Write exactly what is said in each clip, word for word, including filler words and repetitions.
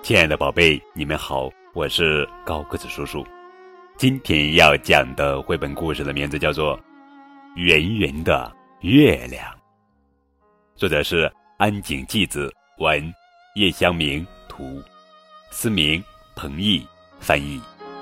亲爱的宝贝，你们好，我是高个子叔叔。今天要讲的绘本故事的名字叫做《圆圆的月亮》，作者是安井纪子，文叶香明，图思明、彭毅翻译。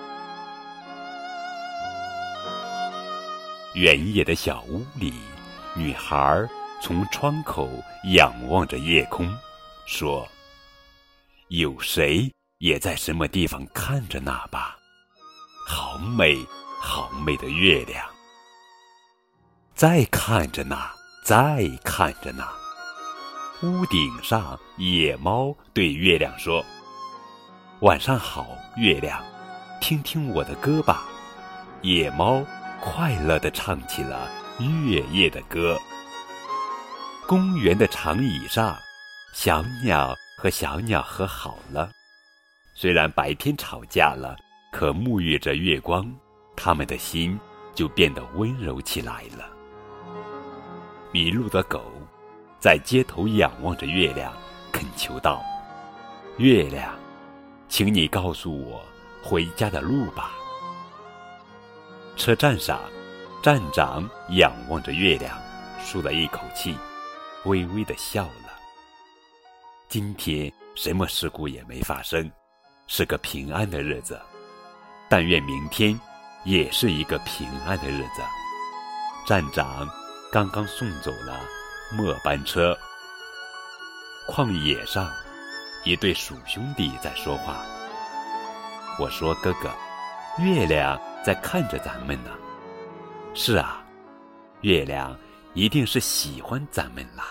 原野的小屋里，女孩从窗口仰望着夜空，说：有谁也在什么地方看着那吧，好美好美的月亮。再看着那，再看着那。屋顶上，野猫对月亮说：晚上好，月亮，听听我的歌吧。野猫快乐地唱起了月夜的歌。公园的长椅上，小鸟和小鸟和好了，虽然白天吵架了，可沐浴着月光，它们的心就变得温柔起来了。迷路的狗在街头仰望着月亮，恳求道：月亮，请你告诉我回家的路吧。车站上，站长仰望着月亮，舒了一口气，微微地笑了。今天什么事故也没发生，是个平安的日子。但愿明天也是一个平安的日子。站长刚刚送走了末班车。旷野上，一对鼠兄弟在说话。我说：哥哥，月亮在看着咱们呢。是啊，月亮一定是喜欢咱们啦。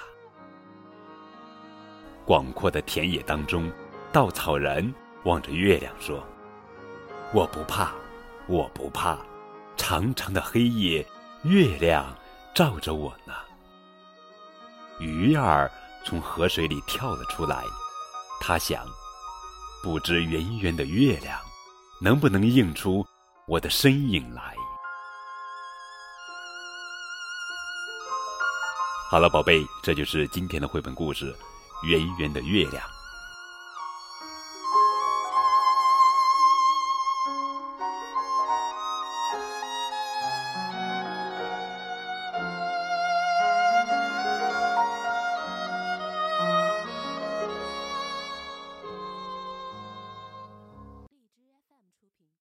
广阔的田野当中，稻草人望着月亮说：我不怕，我不怕，长长的黑夜，月亮照着我呢。鱼儿从河水里跳了出来，他想，不知圆圆的月亮能不能映出我的身影来。好了，宝贝，这就是今天的绘本故事《圆圆的月亮》。